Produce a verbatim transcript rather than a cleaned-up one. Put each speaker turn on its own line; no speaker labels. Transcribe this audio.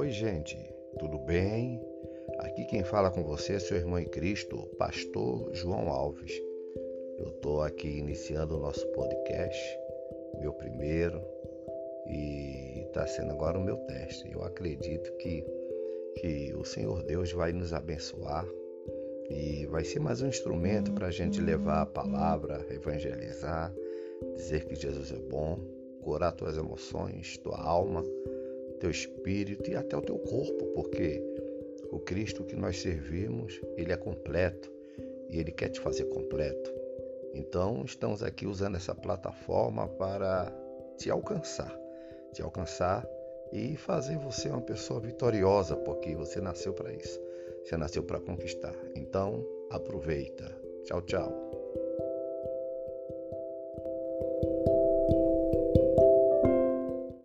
Oi, gente, tudo bem? Aqui quem fala com você é seu irmão em Cristo, Pastor João Alves. Eu estou aqui iniciando o nosso podcast, meu primeiro, e está sendo agora o meu teste. Eu acredito que, que o Senhor Deus vai nos abençoar e vai ser mais um instrumento para a gente levar a palavra, evangelizar, dizer que Jesus é bom, curar tuas emoções, tua alma, teu espírito e até o teu corpo, porque o Cristo que nós servimos, ele é completo e ele quer te fazer completo. Então, estamos aqui usando essa plataforma para te alcançar, te alcançar e fazer você uma pessoa vitoriosa, porque você nasceu para isso, você nasceu para conquistar. Então, aproveita. Tchau, tchau.